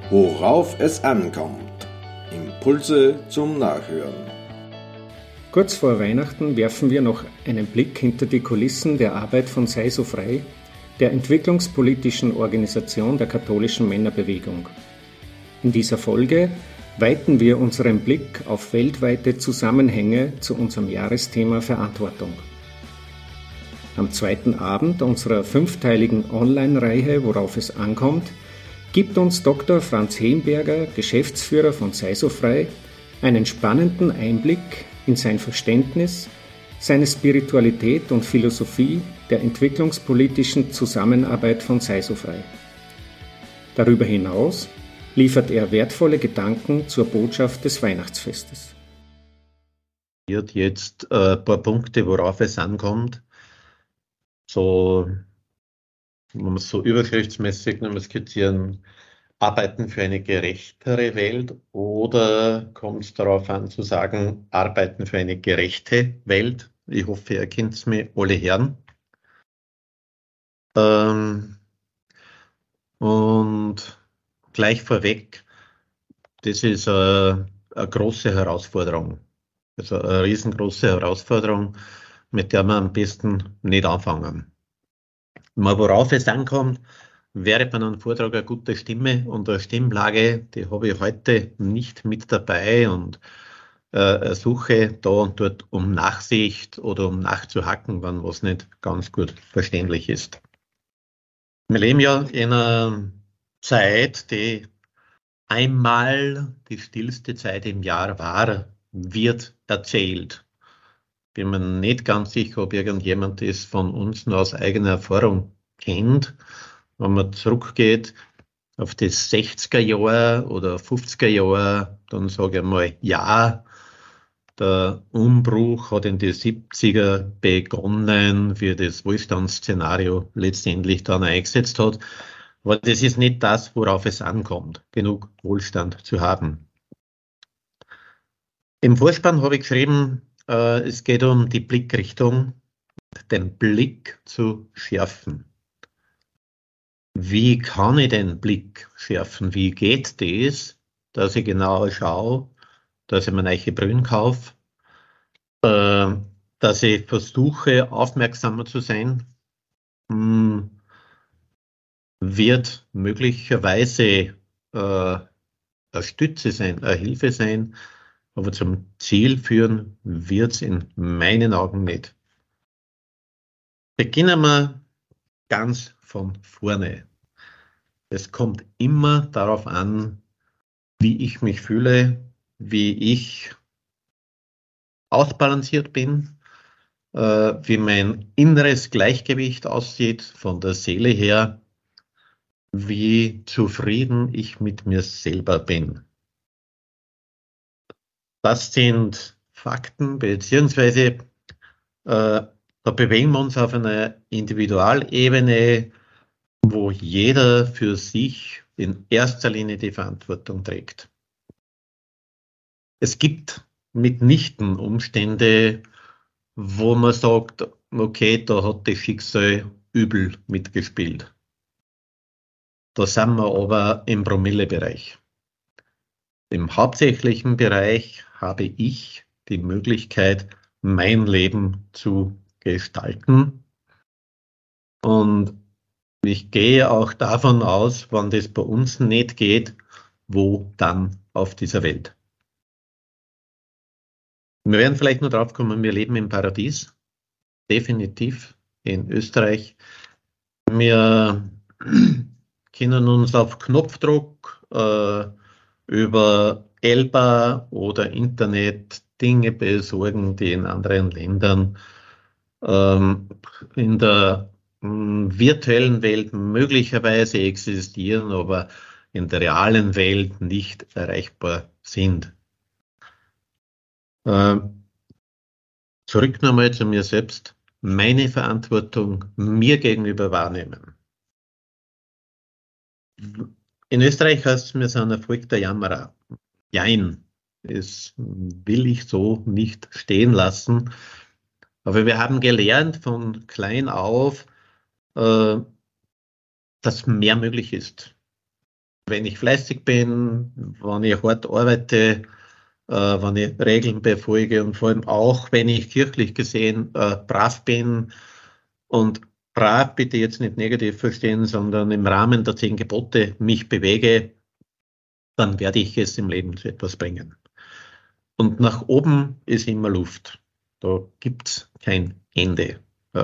Worauf es ankommt. Impulse zum Nachhören. Kurz vor Weihnachten werfen wir noch einen Blick hinter die Kulissen der Arbeit von Sei so frei, der entwicklungspolitischen Organisation der katholischen Männerbewegung. In dieser Folge weiten wir unseren Blick auf weltweite Zusammenhänge zu unserem Jahresthema Verantwortung. Am zweiten Abend unserer 5-teiligen Online-Reihe Worauf es ankommt, gibt uns Dr. Franz Hemberger, Geschäftsführer von Sei so frei, einen spannenden Einblick in sein Verständnis, seine Spiritualität und Philosophie der entwicklungspolitischen Zusammenarbeit von Sei so frei. Darüber hinaus liefert er wertvolle Gedanken zur Botschaft des Weihnachtsfestes. Jetzt ein paar Punkte, worauf es ankommt. So, wenn man es so überschriftsmäßig skizzieren, arbeiten für eine gerechtere Welt, oder kommt es darauf an zu sagen, arbeiten für eine gerechte Welt? Ich hoffe, ihr kennt es mir alle Herren. Und gleich vorweg, das ist eine große Herausforderung. Also eine riesengroße Herausforderung, mit der wir am besten nicht anfangen. Mal worauf es ankommt, wäre bei einem Vortrag eine gute Stimme und eine Stimmlage, die habe ich heute nicht mit dabei, und suche da und dort um Nachsicht oder um nachzuhacken, wenn was nicht ganz gut verständlich ist. Wir leben ja in einer Zeit, die einmal die stillste Zeit im Jahr war, wird erzählt. Bin mir nicht ganz sicher, ob irgendjemand das von uns nur aus eigener Erfahrung kennt. Wenn man zurückgeht auf die 60er Jahre oder 50er Jahre, dann sage ich mal, ja, der Umbruch hat in die 70er begonnen, wie das Wohlstandsszenario letztendlich dann eingesetzt hat. Aber das ist nicht das, worauf es ankommt, genug Wohlstand zu haben. Im Vorspann habe ich geschrieben, es geht um die Blickrichtung, den Blick zu schärfen. Wie kann ich den Blick schärfen? Wie geht das, dass ich genauer schaue, dass ich mir neue Brillen kaufe, dass ich versuche, aufmerksamer zu sein? Wird möglicherweise eine Stütze sein, eine Hilfe sein, aber zum Ziel führen wird es in meinen Augen nicht. Beginnen wir ganz von vorne. Es kommt immer darauf an, wie ich mich fühle, wie ich ausbalanciert bin, wie mein inneres Gleichgewicht aussieht von der Seele her, wie zufrieden ich mit mir selber bin. Das sind Fakten, beziehungsweise da bewegen wir uns auf einer Individualebene, wo jeder für sich in erster Linie die Verantwortung trägt. Es gibt mitnichten Umstände, wo man sagt, okay, da hat das Schicksal übel mitgespielt. Da sind wir aber im Promillebereich. Im hauptsächlichen Bereich habe ich die Möglichkeit, mein Leben zu gestalten. Und ich gehe auch davon aus, wenn das bei uns nicht geht, wo dann auf dieser Welt? Wir werden vielleicht nur drauf kommen, wir leben im Paradies. Definitiv in Österreich. Wir können uns auf Knopfdruck über Elba oder Internet Dinge besorgen, die in anderen Ländern in der virtuellen Welt möglicherweise existieren, aber in der realen Welt nicht erreichbar sind. Zurück nochmal zu mir selbst, meine Verantwortung mir gegenüber wahrnehmen. In Österreich heißt es, wir sind ein Volk der Jammerer. Jein, das will ich so nicht stehen lassen. Aber wir haben gelernt von klein auf, dass mehr möglich ist. wenn ich fleißig bin, wenn ich hart arbeite, wenn ich Regeln befolge und vor allem auch, wenn ich kirchlich gesehen brav bin und brav bitte jetzt nicht negativ verstehen, sondern im Rahmen der 10 Gebote mich bewege, dann werde ich es im Leben zu etwas bringen. Und nach oben ist immer Luft. Da gibt es kein Ende.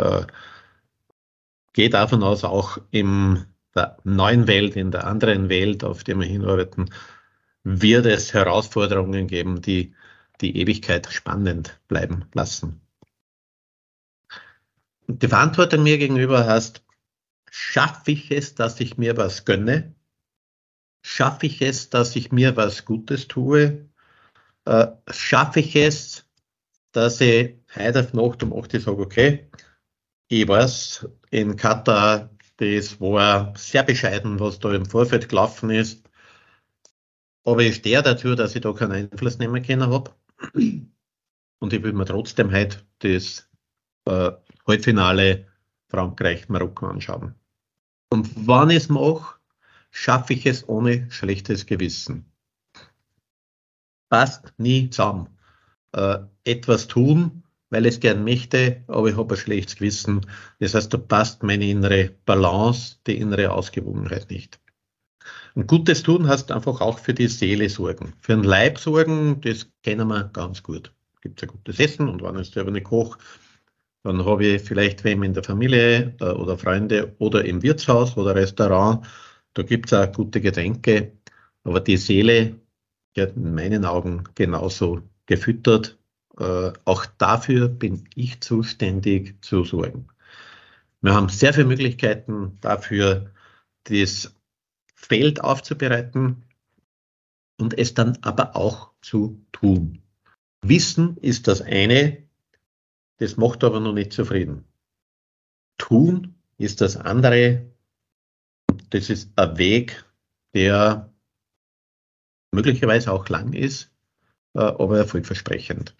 Gehe davon aus, auch in der neuen Welt, in der anderen Welt, auf die wir hinarbeiten, wird es Herausforderungen geben, die die Ewigkeit spannend bleiben lassen. Und die Verantwortung mir gegenüber heißt, schaffe ich es, dass ich mir was gönne? Schaffe ich es, dass ich mir was Gutes tue? Schaffe ich es, dass ich heute auf Nacht um 8 Uhr sage, okay, ich weiß, in Katar, das war sehr bescheiden, was da im Vorfeld gelaufen ist. Aber ich stehe dazu, dass ich da keinen Einfluss nehmen können habe. Und ich will mir trotzdem heute das Halbfinale Frankreich-Marokko anschauen. Und wann ich es mache, schaffe ich es ohne schlechtes Gewissen. Passt nie zusammen. Etwas tun, weil ich es gern möchte, aber ich habe ein schlechtes Gewissen. Das heißt, da passt meine innere Balance, die innere Ausgewogenheit nicht. Und Gutes tun heißt einfach auch für die Seele sorgen. Für den Leib sorgen, das kennen wir ganz gut. Gibt es ein gutes Essen und wenn ich selber nicht koche, dann habe ich vielleicht wem in der Familie oder Freunde oder im Wirtshaus oder Restaurant. Da gibt es auch gute Getränke. Aber die Seele wird in meinen Augen genauso gefüttert. Auch dafür bin ich zuständig zu sorgen. Wir haben sehr viele Möglichkeiten dafür, das Feld aufzubereiten und es dann aber auch zu tun. Wissen ist das eine, das macht aber noch nicht zufrieden. Tun ist das andere, das ist ein Weg, der möglicherweise auch lang ist, aber erfolgversprechend.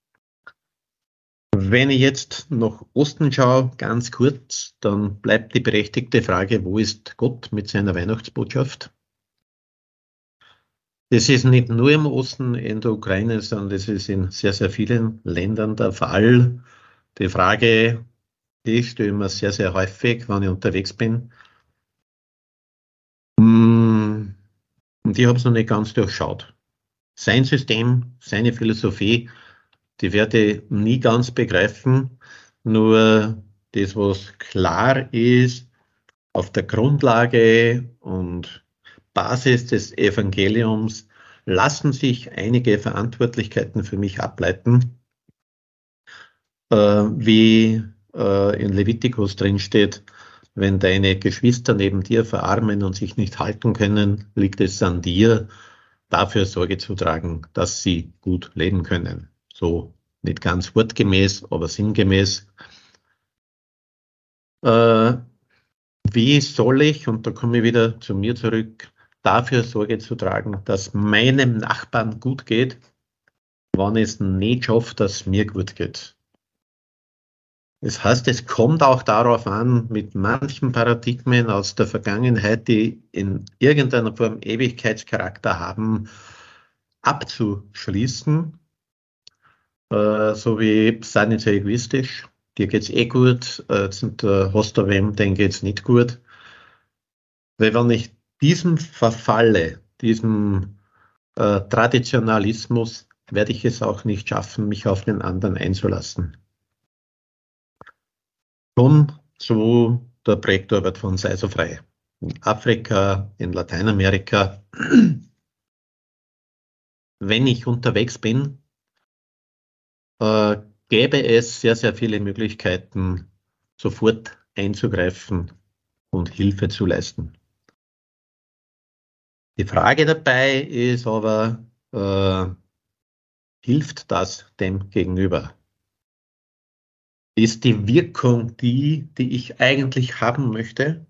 Wenn ich jetzt nach Osten schaue, ganz kurz, dann bleibt die berechtigte Frage, wo ist Gott mit seiner Weihnachtsbotschaft? Das ist nicht nur im Osten in der Ukraine, sondern das ist in sehr, sehr vielen Ländern der Fall. Die Frage, die stelle ich mir sehr, sehr häufig, wenn ich unterwegs bin. Und ich habe es noch nicht ganz durchschaut. Sein System, seine Philosophie, die werde ich nie ganz begreifen. Nur das, was klar ist, auf der Grundlage und Basis des Evangeliums lassen sich einige Verantwortlichkeiten für mich ableiten, wie in Levitikus drin steht, wenn deine Geschwister neben dir verarmen und sich nicht halten können, liegt es an dir, dafür Sorge zu tragen, dass sie gut leben können. So nicht ganz wortgemäß, aber sinngemäß. Wie soll ich, und da komme ich wieder zu mir zurück, dafür Sorge zu tragen, dass meinem Nachbarn gut geht, wenn es nicht schafft, dass es mir gut geht? Das heißt, es kommt auch darauf an, mit manchen Paradigmen aus der Vergangenheit, die in irgendeiner Form Ewigkeitscharakter haben, abzuschließen. So wie, sei nicht so egoistisch, dir geht's eh gut, hast du wem, den geht's nicht gut. Weil wenn ich diesem verfalle, diesem Traditionalismus, werde ich es auch nicht schaffen, mich auf den anderen einzulassen. Schon zu der Projektarbeit von Sei so frei. In Afrika, in Lateinamerika. Wenn ich unterwegs bin, gäbe es sehr, sehr viele Möglichkeiten, sofort einzugreifen und Hilfe zu leisten. Die Frage dabei ist aber, hilft das dem Gegenüber? Ist die Wirkung die ich eigentlich haben möchte?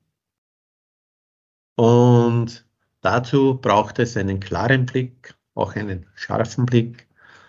Und dazu braucht es einen klaren Blick, auch einen scharfen Blick,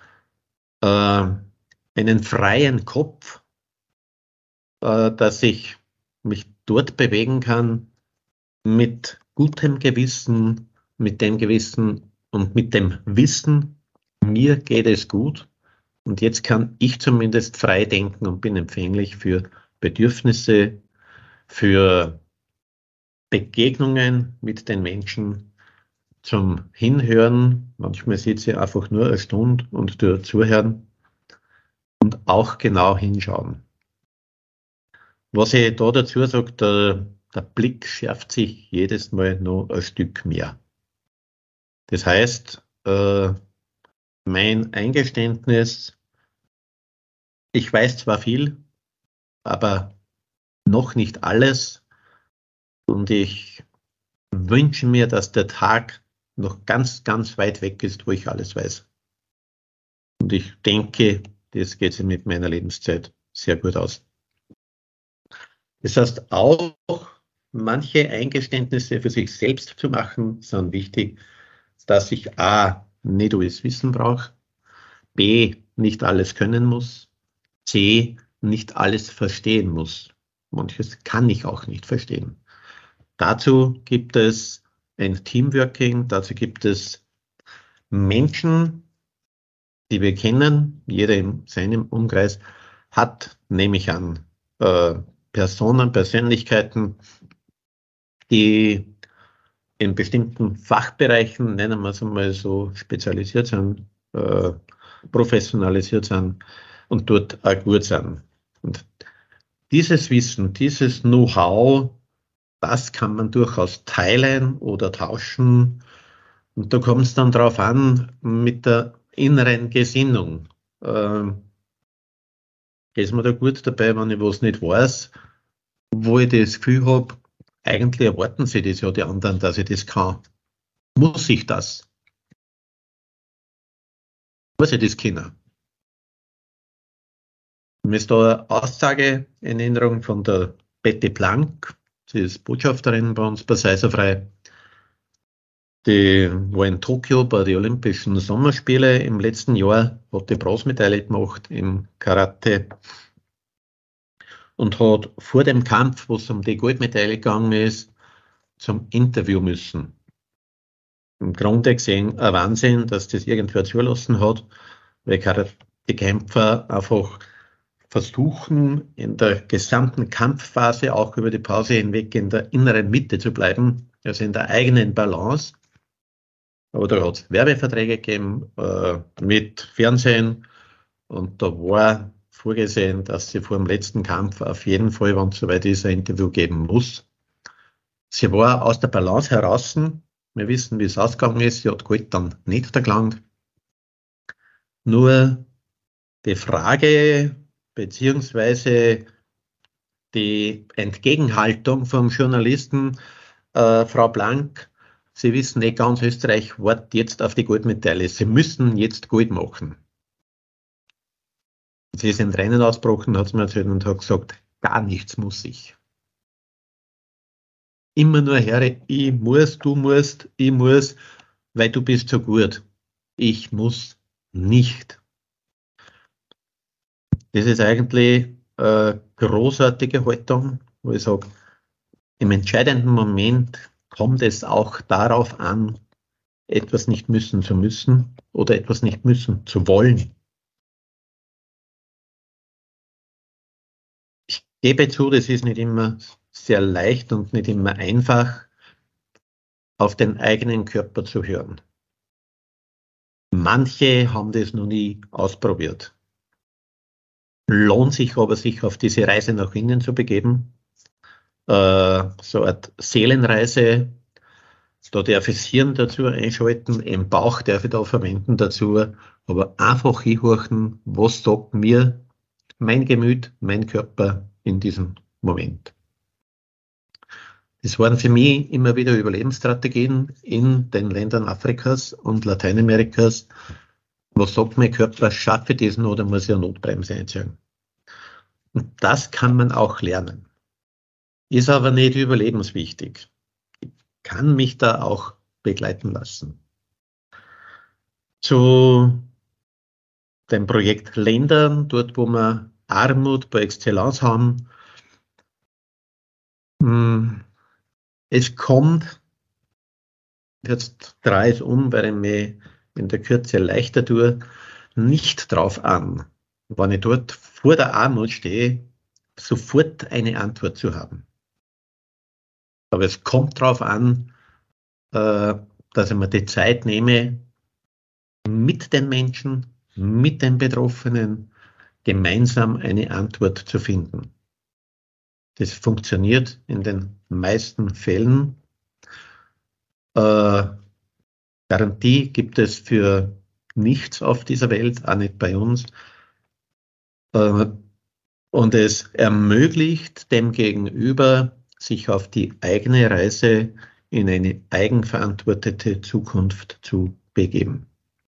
einen freien Kopf, dass ich mich dort bewegen kann, mit gutem Gewissen mit dem Gewissen und mit dem Wissen, mir geht es gut und jetzt kann ich zumindest frei denken und bin empfänglich für Bedürfnisse, für Begegnungen mit den Menschen, zum Hinhören. Manchmal sitze ich einfach nur eine Stunde und zuhören und auch genau hinschauen. Was ich da dazu sage, der Blick schärft sich jedes Mal noch ein Stück mehr. Das heißt, mein Eingeständnis, ich weiß zwar viel, aber noch nicht alles und ich wünsche mir, dass der Tag noch ganz, ganz weit weg ist, wo ich alles weiß. Und ich denke, das geht sich mit meiner Lebenszeit sehr gut aus. Das heißt, auch manche Eingeständnisse für sich selbst zu machen, sind wichtig, dass ich A, nicht alles Wissen brauche, B, nicht alles können muss, C, nicht alles verstehen muss. Manches kann ich auch nicht verstehen. Dazu gibt es ein Teamworking, dazu gibt es Menschen, die wir kennen, jeder in seinem Umkreis hat, nehme ich an, Personen, Persönlichkeiten, die in bestimmten Fachbereichen, nennen wir es einmal so, spezialisiert sind, professionalisiert sind und dort auch gut sind. Und dieses Wissen, dieses Know-how, das kann man durchaus teilen oder tauschen. Und da kommt es dann darauf an, mit der inneren Gesinnung. Geht mir da gut dabei, wenn ich was nicht weiß, wo ich das Gefühl habe, eigentlich erwarten sie das ja die anderen, dass ich das kann. Muss ich das? Muss ich das können? Mir ist da eine Aussage in Erinnerung von der Betty Blank, sie ist Botschafterin bei uns bei Sei so frei. Die war in Tokio bei den Olympischen Sommerspielen im letzten Jahr, hat die Bronzemedaille gemacht im Karate und hat vor dem Kampf, wo es um die Goldmedaille gegangen ist, zum Interview müssen. Im Grunde gesehen ein Wahnsinn, dass das irgendwer zulassen hat, weil Karate-Kämpfer einfach versuchen, in der gesamten Kampfphase, auch über die Pause hinweg, in der inneren Mitte zu bleiben, also in der eigenen Balance. Aber da hat es Werbeverträge gegeben mit Fernsehen und da war vorgesehen, dass sie vor dem letzten Kampf auf jeden Fall, wenn es soweit ist, ein Interview geben muss. Sie war aus der Balance heraus. Wir wissen, wie es ausgegangen ist. Sie hat Gold dann nicht erlangt. Nur die Frage beziehungsweise die Entgegenhaltung vom Journalisten, Frau Blank, Sie wissen nicht, ganz Österreich wartet jetzt auf die Goldmedaille. Sie müssen jetzt Gold machen. Sie ist in Tränen ausgebrochen, hat es mir erzählt und hat gesagt, gar nichts muss ich. Immer nur, Herr, ich muss, du musst, ich muss, weil du bist so gut. Ich muss nicht. Das ist eigentlich eine großartige Haltung, wo ich sage, im entscheidenden Moment kommt es auch darauf an, etwas nicht müssen zu müssen oder etwas nicht müssen zu wollen. Ich gebe zu, das ist nicht immer sehr leicht und nicht immer einfach, auf den eigenen Körper zu hören. Manche haben das noch nie ausprobiert. Lohnt sich aber, sich auf diese Reise nach innen zu begeben. So eine Art Seelenreise, da darf ich das Hirn dazu einschalten, im Bauch darf ich da verwenden dazu, aber einfach hinhorchen, was sagt mir mein Gemüt, mein Körper in diesem Moment. Das waren für mich immer wieder Überlebensstrategien in den Ländern Afrikas und Lateinamerikas. Was sagt mein Körper, schaffe ich das noch oder muss ich eine Notbremse einziehen? Und das kann man auch lernen. Ist aber nicht überlebenswichtig. Ich kann mich da auch begleiten lassen. Zu dem Projekt Ländern, dort wo wir Armut par excellence haben. Es kommt jetzt drehe ich es um, weil ich mich in der Kürze leichter tue, nicht drauf an, wenn ich dort vor der Armut stehe, sofort eine Antwort zu haben. Aber es kommt darauf an, dass ich mir die Zeit nehme, mit den Menschen, mit den Betroffenen gemeinsam eine Antwort zu finden. Das funktioniert in den meisten Fällen. Garantie gibt es für nichts auf dieser Welt, auch nicht bei uns. Und es ermöglicht dem Gegenüber, sich auf die eigene Reise in eine eigenverantwortete Zukunft zu begeben.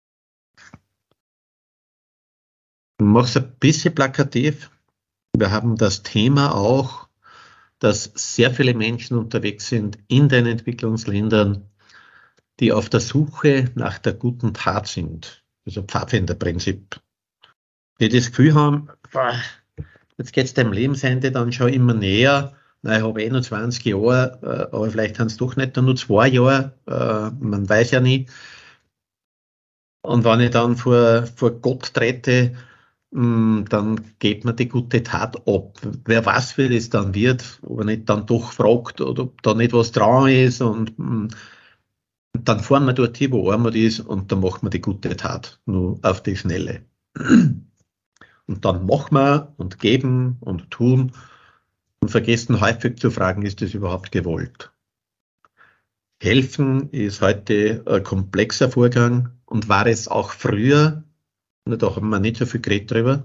Ich mache es ein bisschen plakativ. Wir haben das Thema auch, dass sehr viele Menschen unterwegs sind in den Entwicklungsländern, die auf der Suche nach der guten Tat sind. Also Pfadfinderprinzip. Die das Gefühl haben, jetzt geht es dem Lebensende dann schon immer näher. Na, ich habe noch 20 Jahre, aber vielleicht haben es doch nicht nur 2 Jahre. Man weiß ja nie. Und wenn ich dann vor Gott trete, dann geht man die gute Tat ab. Wer weiß, wie das dann wird, ob er nicht dann doch fragt oder ob da nicht was dran ist. Und dann fahren wir dort hin, wo Armut ist, und dann macht man die gute Tat, nur auf die Schnelle. Und dann machen wir und geben und tun und vergessen häufig zu fragen, ist das überhaupt gewollt? Helfen ist heute ein komplexer Vorgang und war es auch früher, da haben wir nicht so viel geredet drüber,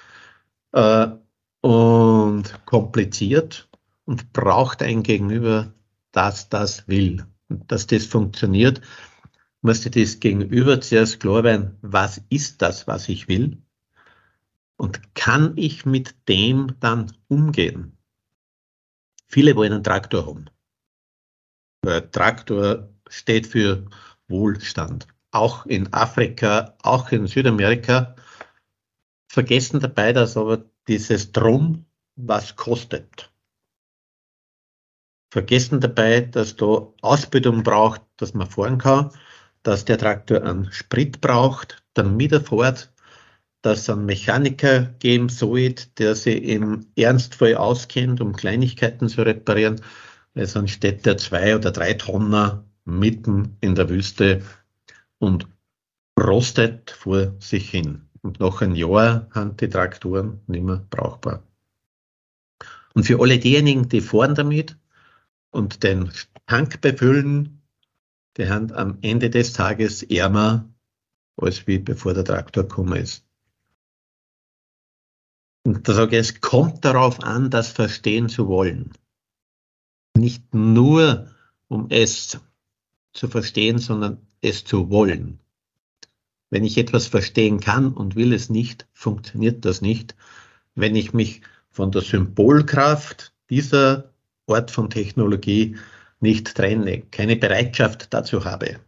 und kompliziert und braucht ein Gegenüber, das will. Und dass das funktioniert, muss dir das Gegenüber zuerst klar werden, was ist das, was ich will? Und kann ich mit dem dann umgehen? Viele wollen einen Traktor haben. Der Traktor steht für Wohlstand. Auch in Afrika, auch in Südamerika. Vergessen dabei, dass aber dieses Drum was kostet. Vergessen dabei, dass da Ausbildung braucht, dass man fahren kann, dass der Traktor einen Sprit braucht, damit er fährt, dass es einen Mechaniker geben soll, der sich im Ernstfall auskennt, um Kleinigkeiten zu reparieren, weil sonst steht der 2 oder 3 Tonner mitten in der Wüste und rostet vor sich hin. Und nach einem Jahr sind die Traktoren nicht mehr brauchbar. Und für alle diejenigen, die fahren damit und den Tank befüllen, die haben am Ende des Tages ärmer, als wie bevor der Traktor gekommen ist. Und da sage ich, es kommt darauf an, das verstehen zu wollen. Nicht nur, um es zu verstehen, sondern es zu wollen. Wenn ich etwas verstehen kann und will es nicht, funktioniert das nicht. Wenn ich mich von der Symbolkraft dieser Art von Technologie nicht trenne, keine Bereitschaft dazu habe.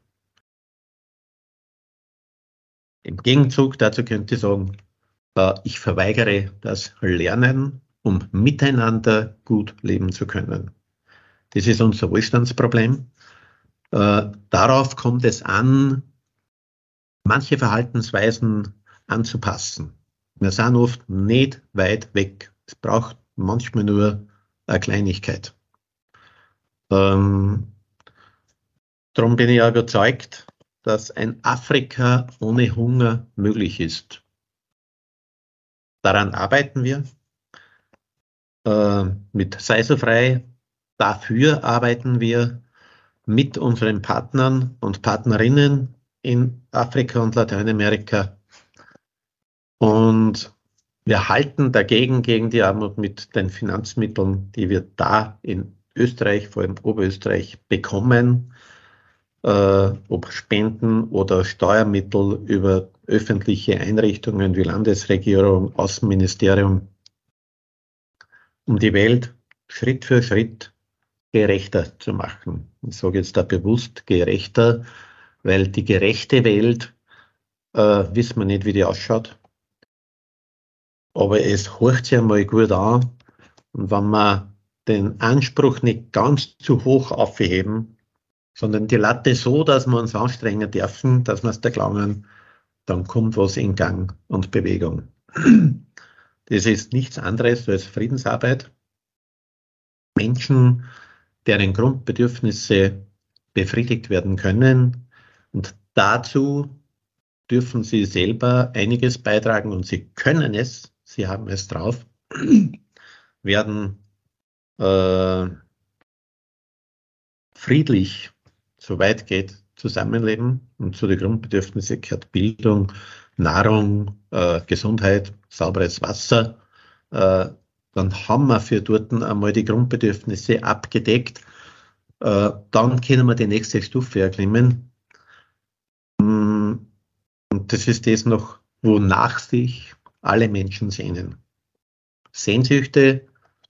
Im Gegenzug dazu könnte ich sagen, ich verweigere das Lernen, um miteinander gut leben zu können. Das ist unser Wohlstandsproblem. Darauf kommt es an, manche Verhaltensweisen anzupassen. Wir sind oft nicht weit weg. Es braucht manchmal nur eine Kleinigkeit. Darum bin ich ja überzeugt, dass ein Afrika ohne Hunger möglich ist. Daran arbeiten wir. Mit Sei so frei. Dafür arbeiten wir mit unseren Partnern und Partnerinnen in Afrika und Lateinamerika. Und wir halten dagegen, gegen die Armut mit den Finanzmitteln, die wir da in Österreich, vor allem Oberösterreich, bekommen, ob Spenden oder Steuermittel über öffentliche Einrichtungen wie Landesregierung, Außenministerium, um die Welt Schritt für Schritt gerechter zu machen. Ich sage jetzt da bewusst gerechter, weil die gerechte Welt, wissen wir nicht, wie die ausschaut. Aber es horcht sich einmal gut an. Und wenn wir den Anspruch nicht ganz zu hoch aufheben, sondern die Latte so, dass wir uns anstrengen dürfen, dass wir es da gelangen, dann kommt was in Gang und Bewegung. Das ist nichts anderes als Friedensarbeit. Menschen, deren Grundbedürfnisse befriedigt werden können. Und dazu dürfen sie selber einiges beitragen und sie können es, sie haben es drauf, werden friedlich, soweit geht, zusammenleben. Und zu den Grundbedürfnissen gehört Bildung, Nahrung, Gesundheit, sauberes Wasser. Dann haben wir für dort einmal die Grundbedürfnisse abgedeckt. Dann können wir die nächste Stufe erklimmen. Und das ist das noch, wonach sich alle Menschen sehnen. Sehnsüchte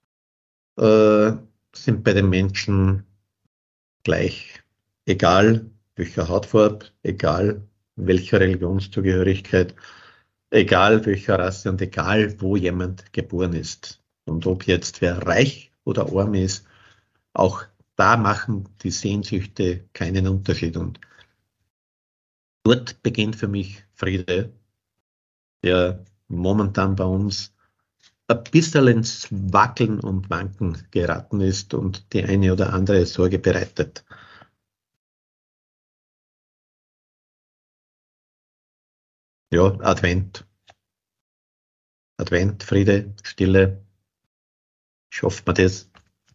sind bei den Menschen gleich. Egal welcher Hautfarbe, egal welcher Religionszugehörigkeit, egal welcher Rasse und egal wo jemand geboren ist. Und ob jetzt wer reich oder arm ist, auch da machen die Sehnsüchte keinen Unterschied. Und dort beginnt für mich Friede, der momentan bei uns ein bisschen ins Wackeln und Wanken geraten ist und die eine oder andere Sorge bereitet. Ja, Advent. Advent, Friede, Stille. Schafft man das?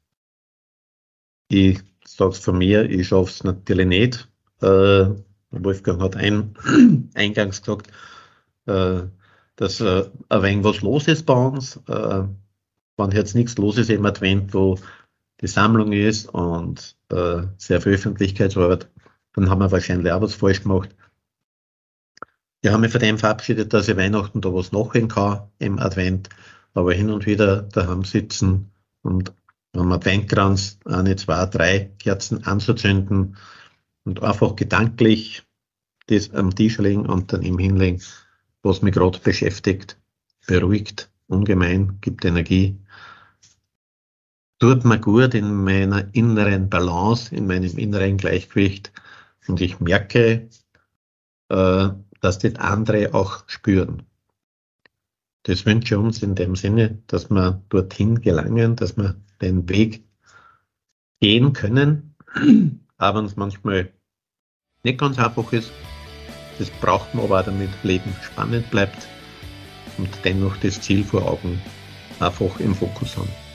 Ich sage es von mir, ich schaffe es natürlich nicht. Wolfgang hat eingangs gesagt, dass ein wenig was los ist bei uns. Wenn jetzt nichts los ist im Advent, wo die Sammlung ist und sehr viel Öffentlichkeitsarbeit, dann haben wir wahrscheinlich auch was falsch gemacht. Ich habe mich von dem verabschiedet, dass ich Weihnachten da was nachholen kann im Advent, aber hin und wieder daheim sitzen und am Adventkranz 1, 2, 3 Kerzen anzuzünden und einfach gedanklich das am Tisch legen und dann ihm hinlegen, was mich gerade beschäftigt, beruhigt, ungemein, gibt Energie, tut mir gut in meiner inneren Balance, in meinem inneren Gleichgewicht und ich merke, dass das andere auch spüren. Das wünsche ich uns in dem Sinne, dass wir dorthin gelangen, dass wir den Weg gehen können, aber uns manchmal nicht ganz einfach ist. Das braucht man aber auch, damit Leben spannend bleibt und dennoch das Ziel vor Augen einfach im Fokus haben.